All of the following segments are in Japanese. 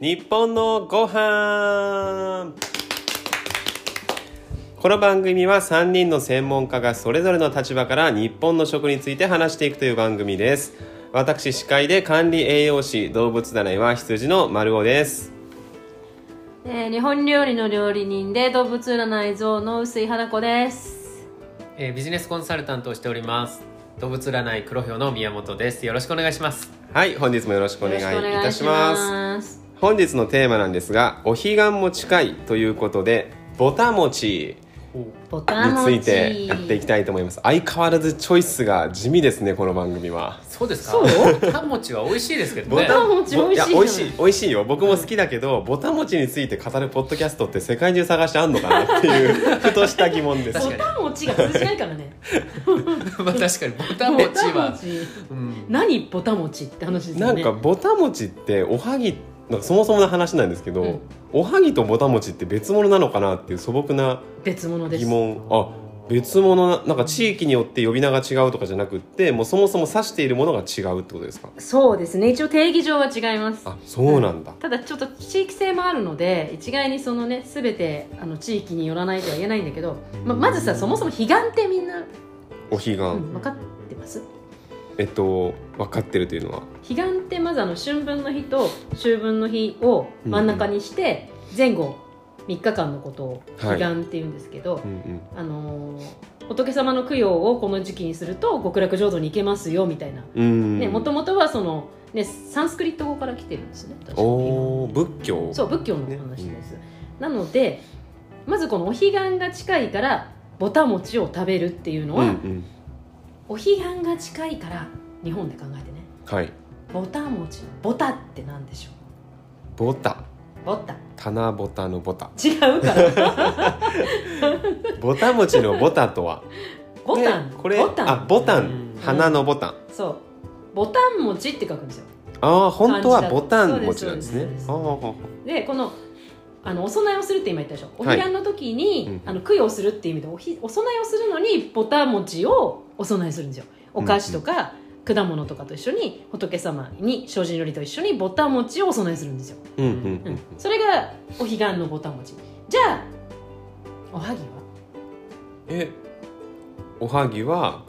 日本のご飯。この番組は3人の専門家がそれぞれの立場から日本の食について話していくという番組です。私、司会で管理栄養士、動物占いは羊の丸尾です。 日本料理の料理人で動物占い象の臼井花子です。 ビジネスコンサルタントをしております動物占い黒豹の宮本です。よろしくお願いします。 はい、本日もよろしくお願いいたします。本日のテーマなんですが、お彼岸も近いということでぼた餅についてやっていきたいと思います。相変わらずチョイスが地味ですね、この番組は。 そうですか。ぼた餅は美味しいですけどね。 ぼた餅美味しい。いや、 美味しいよ。僕も好きだけど、ぼた餅について語るポッドキャストって世界中探してあんのかなっていうふとした疑問です。 ぼた餅が通じないからね。 まあ確かにぼた餅は、 何ぼた餅って話ですよね。 なんかぼた餅っておはぎなんかそもそもの話なんですけど、おはぎとぼた餅って別物なのかなっていう素朴な疑問。別物なんか地域によって呼び名が違うとかじゃなくって、もうそもそも指しているものが違うってことですか？ そうですね、一応定義上は違います。 あ、そうなんだ。 ただちょっと地域性もあるので一概にそのね全て地域によらないとは言えないんだけど、まずさ、そもそも彼岸ってみんなお彼岸、 分かってます？ 分かってるというのは、 彼岸ってまず春分の日と秋分の日を真ん中にして、前後3日間のことを彼岸って言うんですけど、仏様の供養をこの時期にすると極楽浄土に行けますよみたいな、もともとはその、サンスクリット語から来てるんですね。確か仏教。 そう、仏教の話です、なのでまずこのお彼岸が近いからぼた餅を食べるっていうのは、お彼岸が近いから日本で考えてね、 はい、 ぼた餅のぼたって何でしょう？ ぼた。 ぼた。 棚ぼたのぼた。 違うからぼた餅のぼたとはボタン。 これボタン、花のボタン。 そう、ぼたん餅って書くんですよ。 本当はボタン餅なんですね。 で、このお供えをするって今言ったでしょ。お彼岸の時に、供養するっていう意味でお供えをするのにぼた餅をお供えするんですよ。お菓子とか、果物とかと一緒に仏様に精進料理と一緒にぼた餅をお供えするんですよ。それがお彼岸のぼた餅。じゃあおはぎは？ おはぎは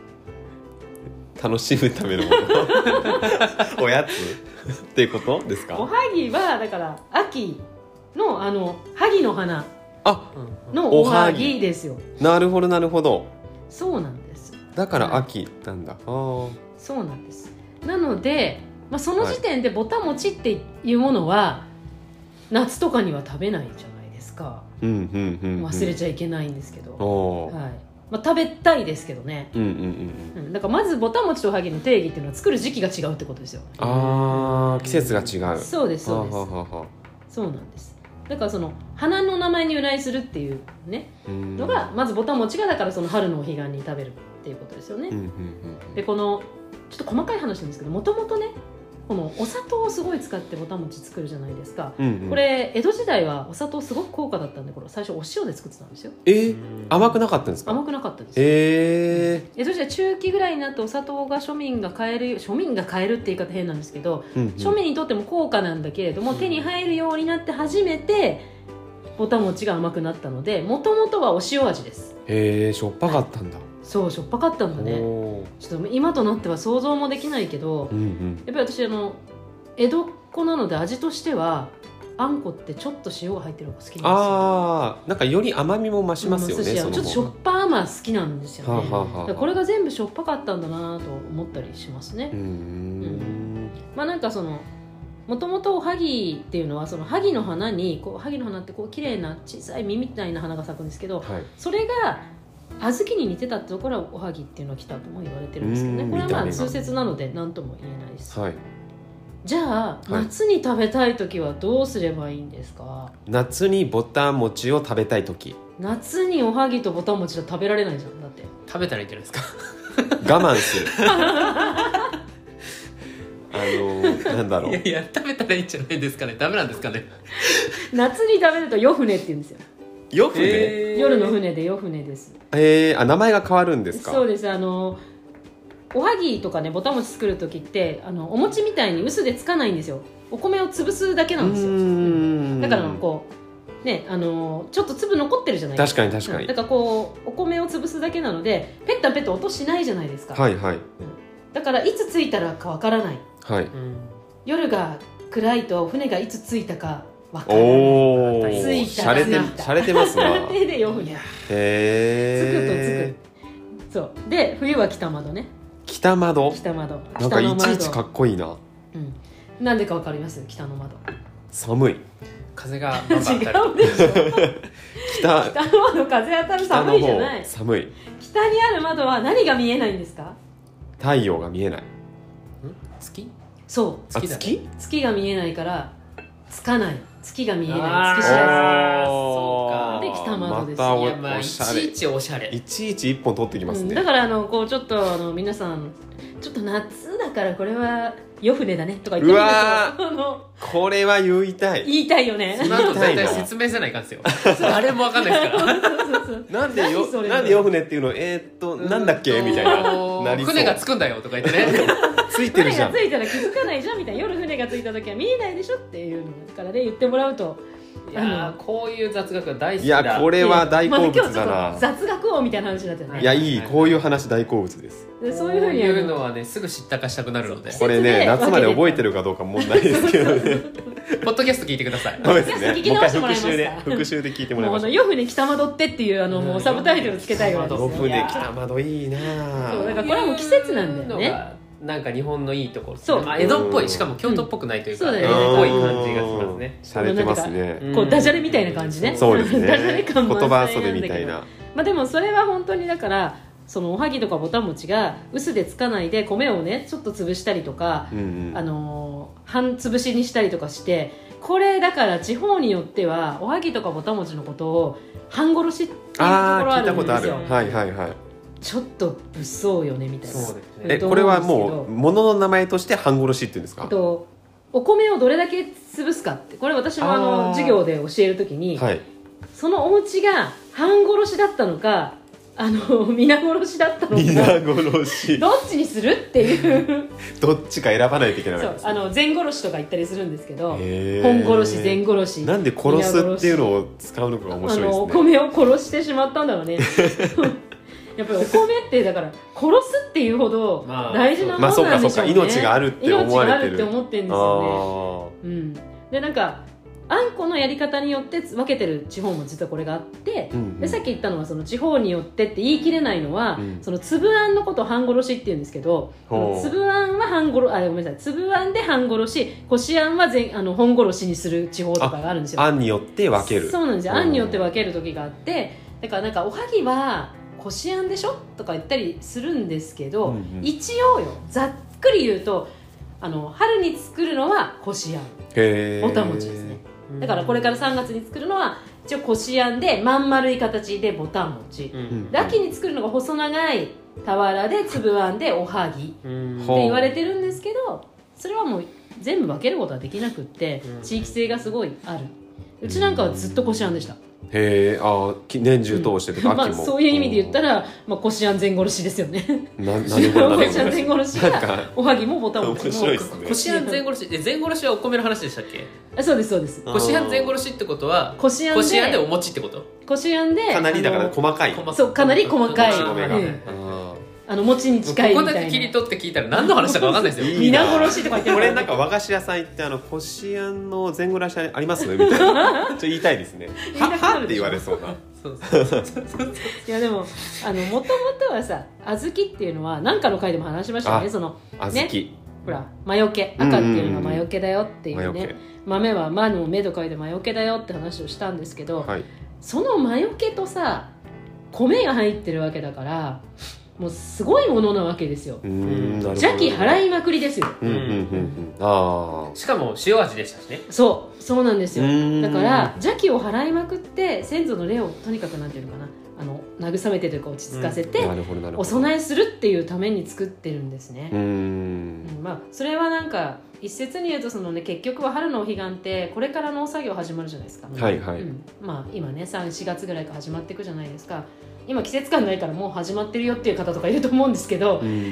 楽しむためのものおやつっていうことですか？ おはぎはだから秋の萩の花のおはぎですよ。 なるほどなるほど。 そうなんです。 だから秋なんだ。 そうなんです。なので、その時点でぼた餅っていうものは夏とかには食べないじゃないですか。忘れちゃいけないんですけど、食べたいですけどね。だからまずぼた餅とおはぎの定義っていうのは作る時期が違うってことですよ。 季節が違う。 そうですそうです。そうなんです。だからその花の名前に由来するっていうねのがまずぼた餅が、だからその春のお彼岸に食べるっていうことですよね。で、このちょっと細かい話なんですけど、もともとねこのお砂糖をすごい使ってぼた餅作るじゃないですか。これ江戸時代はお砂糖すごく高価だったんで、これ最初お塩で作ってたんですよ。 甘くなかったんですか？ 甘くなかったです。江戸時代中期ぐらいになってお砂糖が庶民が買えるって言い方変なんですけど、庶民にとっても高価なんだけれども、手に入るようになって初めてぼた餅が甘くなったので、もともとはお塩味です。 しょっぱかったんだ。 そう、しょっぱかったんだね。ちょっと今となっては想像もできないけど、やっぱり私江戸っ子なので味としてはあんこってちょっと塩が入ってるのが好きなんですよ。 なんかより甘みも増しますよね。 ちょっとしょっぱ甘好きなんですよね。これが全部しょっぱかったんだなと思ったりしますね。なんかそのもともとおはぎっていうのはその萩の花に萩の花って綺麗な小さい実みたいな花が咲くんですけど、それが小豆に似てたってところはおはぎっていうのが来たとも言われてるんですけどね。これは通説なので何とも言えないです。じゃあ、夏に食べたい時はどうすればいいんですか？ 夏にぼた餅を食べたい時。 夏におはぎとぼた餅は食べられないじゃん。だって食べたらいいんじゃないですか？我慢するなんだろう。 いや食べたらいいんじゃないですかね。ダメなんですかね。 夏に食べると夜船って言うんですよ。 夜船？ 夜の船で夜船です。 名前が変わるんですか？ そうです。 おはぎとかねぼたもち作る時ってお餅みたいに薄でつかないんですよ。お米を潰すだけなんですよ。だからこうねちょっと粒残ってるじゃないですか。 確かに確かに。 だからこうお米を潰すだけなのでペッタペッタ音しないじゃないですか。 はいはい。 だからいつ着いたらかわからない。 はい。 夜が暗いと船がいつ着いたかわからない。 おお。 着いたら着いた。 しゃれてますな。 で夜船。 へえ。 つく。そうで冬は北窓ね。 北窓。 北窓。 なんかいちいちかっこいいな。 なんでかわかります？北の窓。 寒い。 風がバンバン当たる。 違うでしょ。北の窓風当たる寒いじゃない。 寒い。 北にある窓は何が見えないんですか？ 太陽が見えない。 月？ そう。月が見えないからつかない。月が見えない。月知らず。 そうか。 で北窓です。 いやまあいちいちおしゃれ。 いちいち一本取ってきますね。 だからこうちょっと皆さんちょっと夏だからこれは夜船だねとか言ってみるとこれは言いたい。 言いたいよね。 その後絶対説明せないかんですよ。誰もわかんないですから。 なんで夜船っていうのなんだっけみたいな。 船がつくんだよとか言ってね。 ついてるじゃん。 船がついたら気づかないじゃんみたいな。夜船がついた時は見えないでしょっていうのからね言ってもらうと。 いやこういう雑学が大好きだ。 いやこれは大好物だな。 雑学王みたいな話になってるね。 いやいいこういう話大好物です。 そういうふうに言うのはねすぐ知ったかしたくなるので。 これね夏まで覚えてるかどうか問題ですけどね。 ポッドキャスト聞いてください。 そうですね。 聞き直してもらいますか。 復習で聞いてもらいました。 夜船北窓ってっていうもうサブタイトルつけたいぐらいですよ。 夜船北窓いいな。 そうだからこれはもう季節なんだよね。 なんか日本のいいところ。 そう。 江戸っぽいしかも京都っぽくないというか江戸っぽい感じがしますね。 洒落てますね。 こうダジャレみたいな感じね。 そうですね。 ダジャレ感言葉遊びみたいな。 まあでもそれは本当にだからそのおはぎとかぼたもちが薄でつかないで米をねちょっと潰したりとか半潰しにしたりとかして、これだから地方によってはおはぎとかぼたもちのことを半殺しっていうところあるんですよ。 はいはいはい。 ちょっと物騒よねみたいな。 そうですね。 これはもう物の名前として半殺しっていうんですか？ お米をどれだけ潰すかって、これ私も授業で教えるときに、はい、そのお家が半殺しだったのか皆殺しだったのか、 皆殺しどっちにするっていうどっちか選ばないといけないわけです、ね、 そう全殺しとか言ったりするんですけど、本殺し全殺しなんで殺すっていうのを使うのかが面白いですね。 お米を殺してしまったんだろうねやっぱりお米ってだから殺すっていうほど大事なものなんでしょうね。 命があるって思われてる。 命があるって思ってるんですよね。でなんかあんこのやり方によって分けてる地方も実はこれがあって、でさっき言ったのはその地方によってって言い切れないのは、その粒あんのことを半殺しって言うんですけど、粒あんはごめんなさい、粒あんで半殺し、こしあんは本殺しにする地方とかがあるんですよ。 あんによって分ける。 そうなんですよ。あんによって分ける時があって、だからなんかおはぎはこしあんでしょとか言ったりするんですけど、一応よざっくり言うと春に作るのはこしあん、ぼたもちですね。だからこれから3月に作るのは一応こしあんでまん丸い形でぼたもち、で秋に作るのが細長い俵で粒あんでおはぎって言われてるんですけど、それはもう全部分けることはできなくって、地域性がすごいある。うちなんかはずっとこしあんでした。 へえ、年中通してとか、秋も、 そういう意味で言ったら、こしあん全殺しですよね。 なるほど。 こしあん全殺しがおはぎもぼたもちも。 面白いですね。 こしあん全殺し、全殺しはお米の話でしたっけ？ そうですそうです。 こしあん全殺しってことはこしあんでお餅ってこと？ こしあんでかなりだから細かい。 そうかなり細かい。餅に近いみたいな。 ここだけ切り取って聞いたら何の話だか分かんないですよ。 皆殺しとか言ってる。 これなんか和菓子屋さん行ってこしあんの全殺しありますみたいなちょっと言いたいですね。はって言われそうな。 いやでももともとはさ、小豆っていうのは何かの回でも話しましたよね。その小豆、 ほら魔除け、赤っていうのは魔除けだよっていうね。豆は魔の目と書いて魔除けだよって話をしたんですけど、その魔除けとさ米が入ってるわけだからもうすごいものなわけですよ。邪気払いまくりですよ。 しかも塩味でしたしね。 そうなんですよ。だから邪気を払いまくって先祖の霊をとにかくなんていうのかな、慰めてというか落ち着かせて、お供えするっていうために作ってるんですね。それはなんか一説に言うと結局は春のお彼岸ってこれから農作業始まるじゃないですか。今ね3、4月ぐらいから始まっていくじゃないですか。今季節感ないからもう始まってるよっていう方とかいると思うんですけど、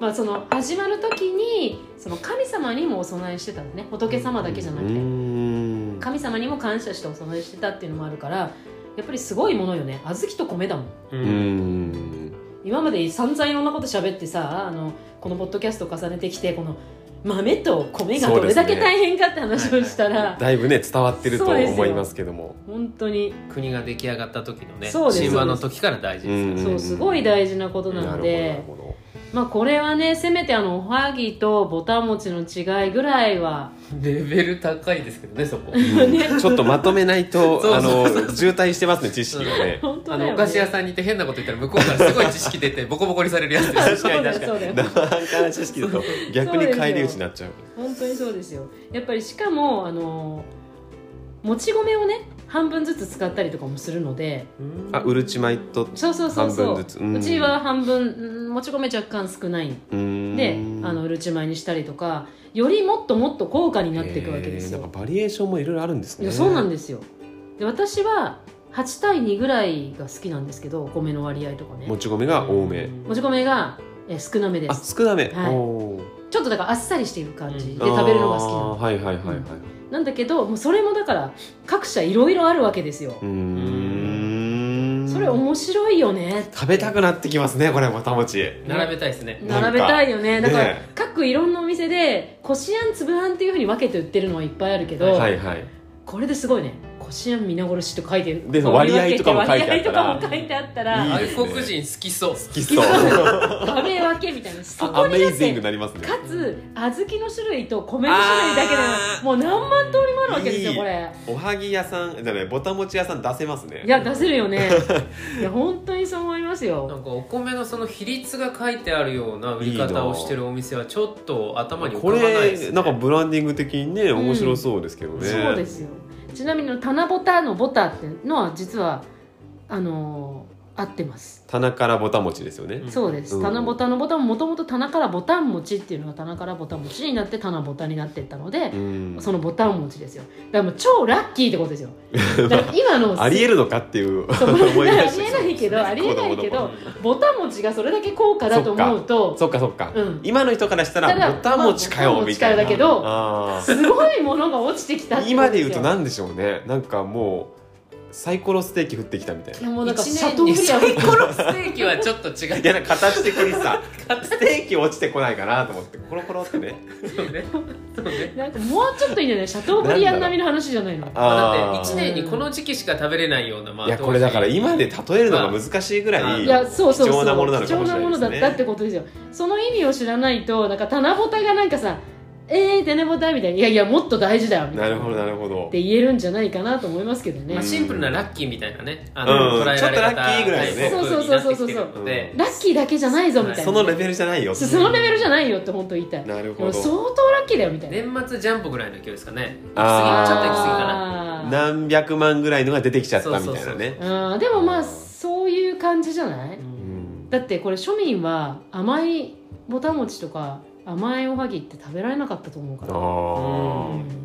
まあその始まる時にその神様にもお供えしてたのね。仏様だけじゃなくて神様にも感謝してお供えしてたっていうのもあるから、やっぱりすごいものよね。小豆と米だもん。今まで散々いろんなこと喋ってさ、このポッドキャストを重ねてきて、この豆と米がどれだけ大変かって話をしたら、 だいぶね伝わってると思いますけども、 本当に国が出来上がった時のね、神話の時から大事です。 そう、すごい大事なことなので、まあこれはね、せめておはぎとぼたもちの違いぐらいはレベル高いですけどね、そこ、 ちょっとまとめないと渋滞してますね、知識がね。 お菓子屋さんに行って変なこと言ったら向こうからすごい知識出てボコボコにされるやつです。 確かに生半可な知識だと逆に返り討ちになっちゃう。 本当にそうですよ。やっぱりしかももち米をね半分ずつ使ったりとかもするので、 うるち米と半分ずつ。うちは半分、もち米若干少ないでうるち米にしたりとか、よりもっともっと高価になっていくわけですよ。 なんかバリエーションもいろいろあるんですね。 いや、そうなんですよ。で、私は8対2ぐらいが好きなんですけど、米の割合とかね。 もち米が多め、 もち米が少なめです。 少なめ、 ちょっとだからあっさりしている感じで食べるのが好きなの。 はいはいはいはい、 なんだけど、もうそれもだから各社いろいろあるわけですよ。それ面白いよね。 食べたくなってきますね、これぼたもち。 並べたいですね。 並べたいよね。だから各いろんなお店でこしあん、つぶあんっていうふうに分けて売ってるのはいっぱいあるけど、これですごいね。こしあん皆殺しと書いてる。 で割合とかも書いてあったら、 外国人好きそう。 好きそう。 食べ分けみたいな。そこにだってアメイジングになりますね。 かつ小豆の種類と米の種類だけでもう何万通りもあるわけですよ、これ。 おはぎ屋さんじゃない、ぼたもち屋さん出せますね。 いや、出せるよね。いや、本当にそう思いますよ。 なんかお米のその比率が書いてあるような売り方をしてるお店はちょっと頭に浮かばないですね。 これなんかブランディング的にね、面白そうですけどね。 そうですよ。ちなみに棚ぼたのぼたっていうのは実は合ってます。 棚からぼたもちですよね。 そうです。棚ぼたのぼたももともと棚からぼたん餅っていうのが棚からぼた餅になって棚ぼたになっていったので、そのぼたん餅ですよ。だからもう超ラッキーってことですよ。だから今のありえるのかっていう思い出して、ありえないけどぼた餅がそれだけ高価だと思うと、 そっか、今の人からしたらぼた餅かよみたいな。だけどすごいものが落ちてきたってことですよ。 今で言うと何でしょうね。なんかもうサイコロステーキ降ってきたみたいな。 いや、もうなんかシャトーブリアン。サイコロステーキはちょっと違う。 いや、形的にさステーキ落ちてこないかなと思ってコロコロってね。 そうね。 なんかもうちょっといいんじゃない。シャトーブリアン並みの話じゃないの。 だって1年にこの時期しか食べれないような、まあ、 いや、これだから今で例えるのが難しいぐらい貴重なものなのかもしれないですね。貴重なものだったってことですよ。その意味を知らないと、なんか棚ぼたがなんかさ、棚ぼたみたいな、いやもっと大事だよみたいな。 なるほど。 って言えるんじゃないかなと思いますけどね。 シンプルなラッキーみたいなね。 ちょっとラッキーぐらいのね。 そう。ラッキーだけじゃないぞみたいな。 そのレベルじゃないよ。 そのレベルじゃないよって本当言いたい。 なるほど。 相当ラッキーだよみたいな。 年末ジャンプぐらいの勢いですかね。ちょっと行き過ぎかな。 何百万ぐらいのが出てきちゃったみたいなね。 でもまあそういう感じじゃない？だってこれ庶民は甘いぼたもちとか甘いおはぎって食べられなかったと思うから。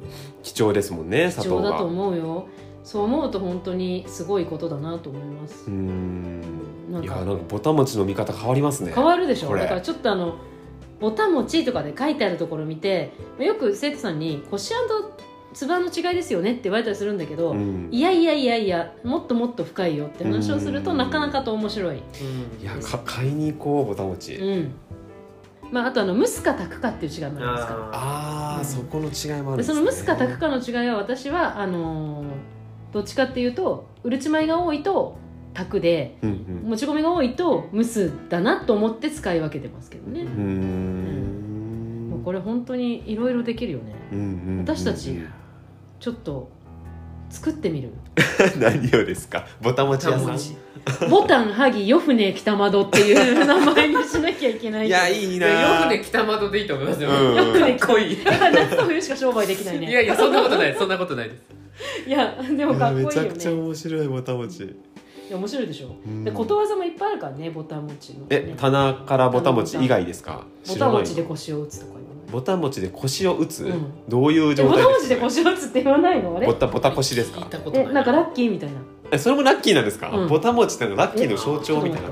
貴重ですもんね、 砂糖が。貴重だと思うよ。そう思うと本当にすごいことだなと思います。 いや、なんかぼたもちの見方変わりますね。 変わるでしょ。だからちょっとぼたもちとかで書いてあるところを見て、よく生徒さんにこしあんとつぶあんの違いですよねって言われたりするんだけど、いやもっともっと深いよって話をするとなかなかと面白い。いや、買いに行こうぼたもち。 まあ、あと蒸すか炊くかっていう違いもありますから。 そこの違いもあるんですね。 その蒸すか炊くかの違いは、私はどっちかっていうとうるち米が多いと炊くで、もち米が多いと蒸すだなと思って使い分けてますけどね。もうこれ本当にいろいろできるよね。私たちちょっと作ってみる。 何をですか？ぼたもち屋さん。 ボタン、ハギ、ヨフネ、北窓っていう名前にしなきゃいけない。 いや、いいな。 ヨフネ、北窓でいいと思いますよ。 ヨフネかっこいい。夏と冬しか商売できないね。 いやそんなことないです。 いや、でもかっこいいよね。 めちゃくちゃ面白いぼたもち。 いや、面白いでしょ。で、ことわざもいっぱいあるからね、ぼたもちの。 棚からぼたもち以外ですか？ ぼたもちで腰を打つとか言わない。 ぼたもちで腰を打つ？どういう状態ですか？ ぼたもちで腰を打つって言わないの？あれ？ ぼた腰ですか？ なんかラッキーみたいな。 それもラッキーなんですか？ぼたもちってラッキーの象徴みたいになってますね。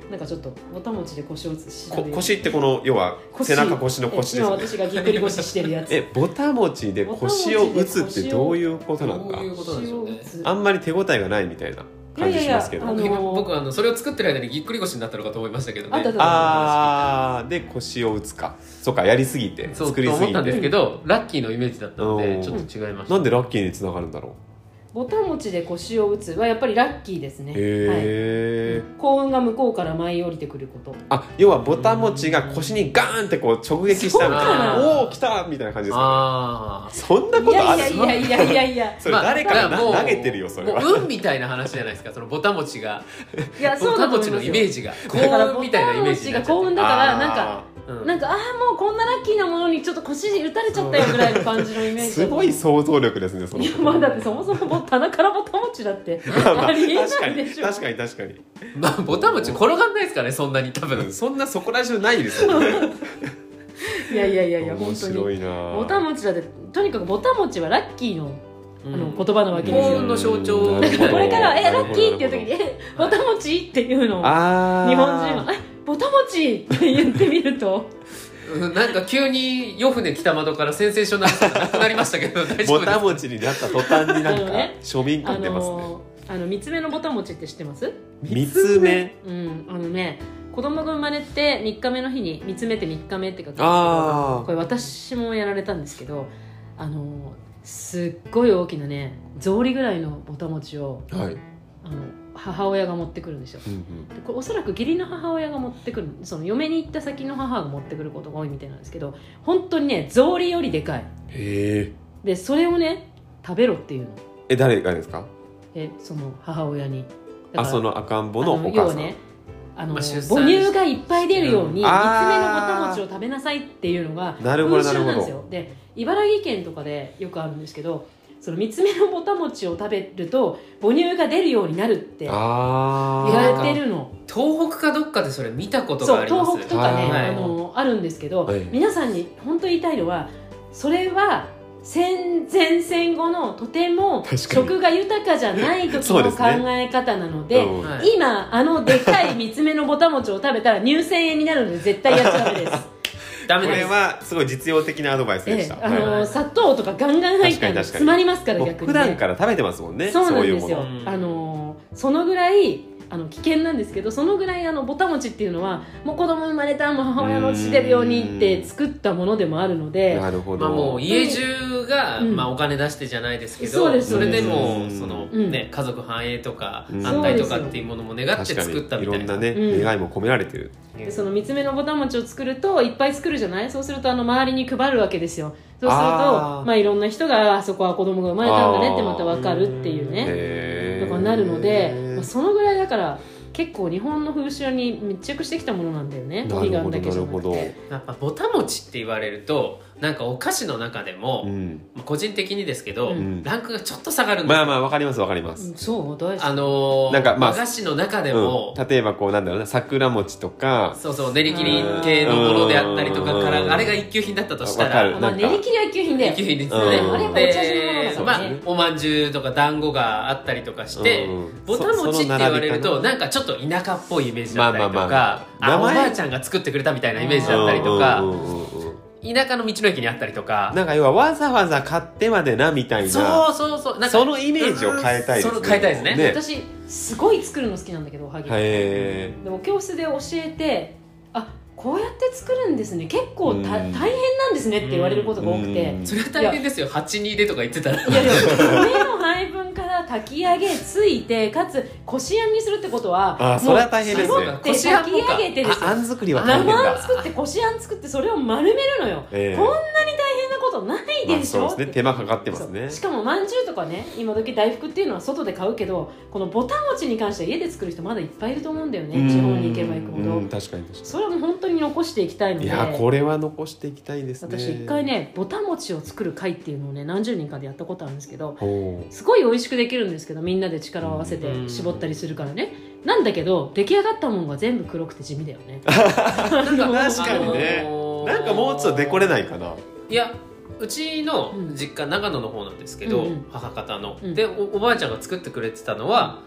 なんかちょっとぼたもちで腰を調べる。 腰ってこの要は背中腰の腰ですね。 今私がぎっくり腰してるやつ。 ぼたもちで腰を打つってどういうことなんだ。あんまり手応えがないみたいな感じしますけど。 僕それを作ってる間にぎっくり腰になったのかと思いましたけどね。 で腰を打つか。そうか、やりすぎて作りすぎて。 そう思ったんですけど、ラッキーのイメージだったのでちょっと違いました。 なんでラッキーにつながるんだろう。 ぼたもちで腰を打つはやっぱりラッキーですね。 へー、 幸運が向こうから舞い降りてくること。 要はぼたもちが腰にガーンってこう直撃したら、おお来たみたいな感じですかね。そんなことある？ いやそれ誰かが投げてるよ、それは。 もう運みたいな話じゃないですか、そのぼたもちが。 いや、そうだと思いますよ。 ぼたもちのイメージが幸運みたいなイメージになっちゃって。 幸運だからなんかもうこんなラッキーなものにちょっと腰打たれちゃったよぐらいの感じのイメージ。 すごい想像力ですね、その。 いや、だってそもそも棚からぼたもちだってありえないでしょ。 確かにぼたもち転がんないですからね、そんなに多分。 そんなそこら中ないですよね。 いや本当に面白いな。 ぼたもちだって、とにかくぼたもちはラッキーの言葉なわけですよ。 幸運の象徴。 これからラッキーっていう時にぼたもちっていうのを日本人はぼたもちって言ってみるとなんか急に夜船北窓からセンセーショナルさがなくなりましたけど大丈夫ですか？ ぼたもちになった途端になんか庶民感出ますね。 三つ目のぼたもちって知ってます？ 三つ目？ 子供が生まれて3日目の日に三つ目って3日目って書くんですけど、これ私もやられたんですけど、すっごい大きなね草履ぐらいのぼたもちを、母親が持ってくるんですよ。でこれおそらく義理の母親が持ってくる、その嫁に行った先の母が持ってくることが多いみたいなんですけど、本当にね草履よりでかい。でそれをね食べろっていうの。 誰がですか？ その母親に。 その赤ん坊のお母さん。 母乳がいっぱい出るように3つ目のぼたもちを食べなさいっていうのが風習なんですよ。で茨城県とかでよくあるんですけど、その3つ目のぼたもちを食べると母乳が出るようになるって言われてるの。 東北かどっかでそれ見たことがあります。 そう、東北とかね、あるんですけど、皆さんに本当に言いたいのは、それは戦前戦後のとても食が豊かじゃない時の考え方なので、今でかい3つ目のぼたもちを食べたら乳腺炎になるので絶対やっちゃダメです。 ダメです。 これはすごい実用的なアドバイスでした。 砂糖とかガンガン入ったら詰まりますから、逆にね。 普段から食べてますもんね。 そうなんですよ。そのぐらい危険なんですけど、そのぐらいぼたもちっていうのはもう子供生まれたらもう母親の血出るようにって作ったものでもあるので、 なるほど。 もう家中が、お金出してじゃないですけど、それでもその、家族繁栄とか安泰とかっていうものも願って作ったみたいな、 いろんなね、願いも込められてる。 でその3つ目のぼたもちを作るといっぱい作るじゃない。そうすると周りに配るわけですよ。そうするといろんな人があそこは子供が生まれたんだねってまた分かるっていうねとかなるので、そのぐらいだから結構日本の風習に密着してきたものなんだよね。お彼岸だけじゃなくて、 やっぱぼたもちって言われるとなんかお菓子の中でも、個人的にですけど、ランクがちょっと下がるんですよ。 わかりますわかります。 そう大好き。 なんか和菓子の中でも、 例えばこうなんだろうな、桜餅とか、 練り切り系のものであったりとかから、あれが一級品だったとしたら、 練り切りは一級品で、 一級品ですよね。 あれやっぱお茶事のものだからね。 おまんじゅうとか団子があったりとかして、ぼたもちって言われるとなんかちょっと田舎っぽいイメージだったりとか、おばあちゃんが作ってくれたみたいなイメージだったりとか、田舎の道の駅にあったりとか、 なんか要はわざわざ買ってまでなみたいな、 そうそのイメージを変えたいですね。 変えたいですね。 私すごい作るの好きなんだけど、おはぎでも教室で教えて、こうやって作るんですね、結構大変なんですねって言われることが多くて、 それは大変ですよ、8-2でとか言ってたら。 いやでも米の配分から炊き上げついて、かつこしあんにするってことは、 それは大変ですね。 こしあん炊き上げてですよ、 あん作りは大変だ。 生あん作ってこしあん作ってそれを丸めるのよ、こんなに大変なことないでしょ。 そうですね、手間かかってますね。 しかもまんじゅうとかね、今時大福っていうのは外で買うけど、このぼたもちに関しては家で作る人まだいっぱいいると思うんだよね、地方に行けば行くほど。 確かにそれはもう本当に残していきたいので、 いやこれは残していきたいですね。 私一回ね、ぼたもちを作る会っていうのをね、何十人かでやったことあるんですけど、すごい美味しくできるんですけど、みんなで力を合わせて絞ったりするからね、なんだけど出来上がったものが全部黒くて地味だよね。 確かにね、なんかもうちょっとデコれないかな。 いや、うちの実家、長野の方なんですけど、母方の、で おばあちゃんが作ってくれてたのは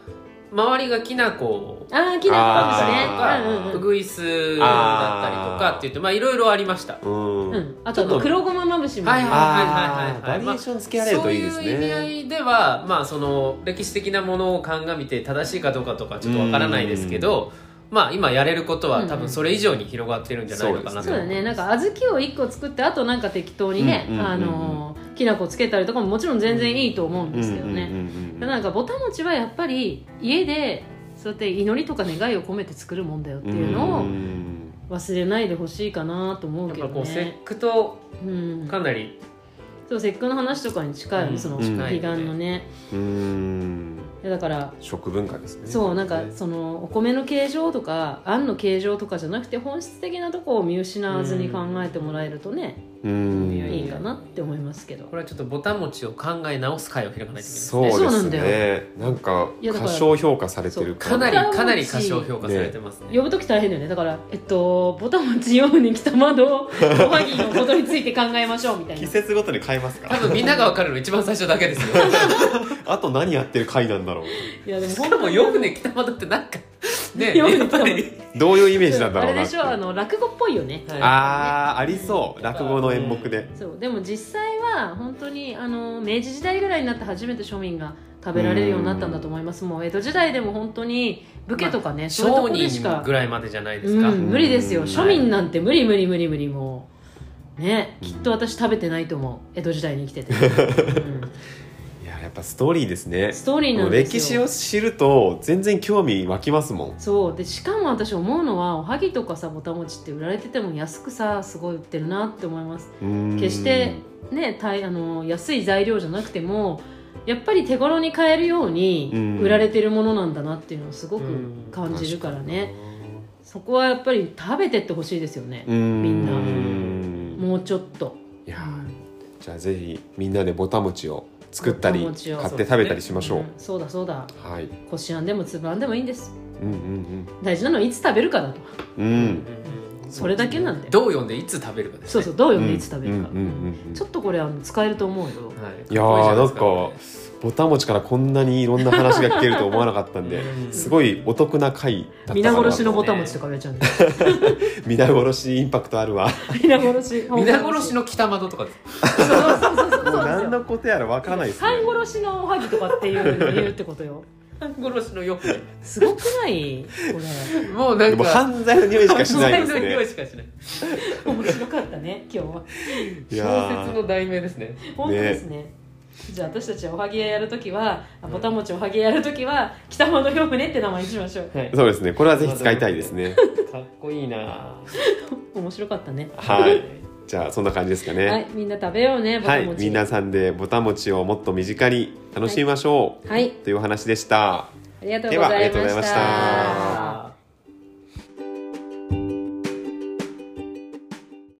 周りがきな粉きな粉ですね、 うぐいすだったりとかって言っていろいろありました。 あと黒ごままぶしもバリエーションつけられるといいですね。 そういう意味合いではその歴史的なものを鑑みて正しいかどうかとかちょっとわからないですけど、今やれることは多分それ以上に広がってるんじゃないのかなと。 そうだね、なんか小豆を1個作ってあとなんか適当にねきな粉つけたりとかももちろん全然いいと思うんですけどね。なんかぼたもちはやっぱり家でそうやって祈りとか願いを込めて作るもんだよっていうのを忘れないでほしいかなと思うけどね。 やっぱ節句とかなり、 そう節句の話とかに近いよね、その彼岸のね。だから食文化ですね。 そう、なんかそのお米の形状とかあんの形状とかじゃなくて本質的なところを見失わずに考えてもらえるとね、いいかなって思いますけど、 これはちょっとぼたもちを考え直す会を開かないといけないですね。そうですね。なんか過小評価されてるかなり過小評価されてますね。 呼ぶとき大変だよね。だからぼたもち読むに来たまどおはぎのことについて考えましょうみたいな。 季節ごとに変えますか。 多分みんなが分かるの一番最初だけですよ。 あと何やってる会なんだろう。 いやでもしかも読むね来たまどってなんかね、 読むね来たまどどういうイメージなんだろうな。 あれでしょ、落語っぽいよね。 ありそう、落語の演目で。 そうでも実際は本当に明治時代ぐらいになって初めて庶民が食べられるようになったんだと思います。もう江戸時代でも本当に武家とかね、そういうとこでしか商人ぐらいまでじゃないですか。 無理ですよ。庶民なんて無理もうね、きっと私食べてないと思う、江戸時代に生きてて。 やっぱストーリーですね。 ストーリーなんですよ。 歴史を知ると全然興味湧きますもん。 そうで、しかも私思うのはおはぎとかさぼたもちって売られてても安くさすごい売ってるなって思います。決してね安い材料じゃなくてもやっぱり手頃に買えるように売られてるものなんだなっていうのをすごく感じるからね。そこはやっぱり食べてってほしいですよね、みんな。もうちょっと。 いや、じゃあぜひみんなでぼたもちを作ったり買って食べたりしましょう。 そうだそうだ、 はい、 こしあんでもつぶあんでもいいんです。大事なのはいつ食べるかだと。それだけなんで。 どう読んでいつ食べるかですね。 そうそう、どう読んでいつ食べるか。ちょっとこれ使えると思うよ。 いやー、なんかぼたもちからこんなにいろんな話が聞けると思わなかったんで、すごいお得な回だったかな。 皆殺しのぼたもちとか言われちゃうんで。 皆殺しインパクトあるわ。 皆殺しの北窓とかです。 もう何のことやらわからないですね。 半殺しのおはぎとかっていう言うってことよ。 半殺しのよくすごくないこれ。 もうなんか犯罪の匂いしかしないですね。 犯罪の匂いしかしない。 面白かったね今日は。 小説の題名ですね。 本当ですね。じゃあ私たちはおはぎ屋やるときは、ぼたもちおはぎ屋やるときは北窓よむねって名前にしましょう。 そうですね。これはぜひ使いたいですね。 かっこいいな。 面白かったね。 はい。じゃあそんな感じですかね。 はい、みんな食べようね、ぼたもち。 はい、皆さんでぼたもちをもっと身近に楽しみましょう。というお話でした。 ありがとうございました。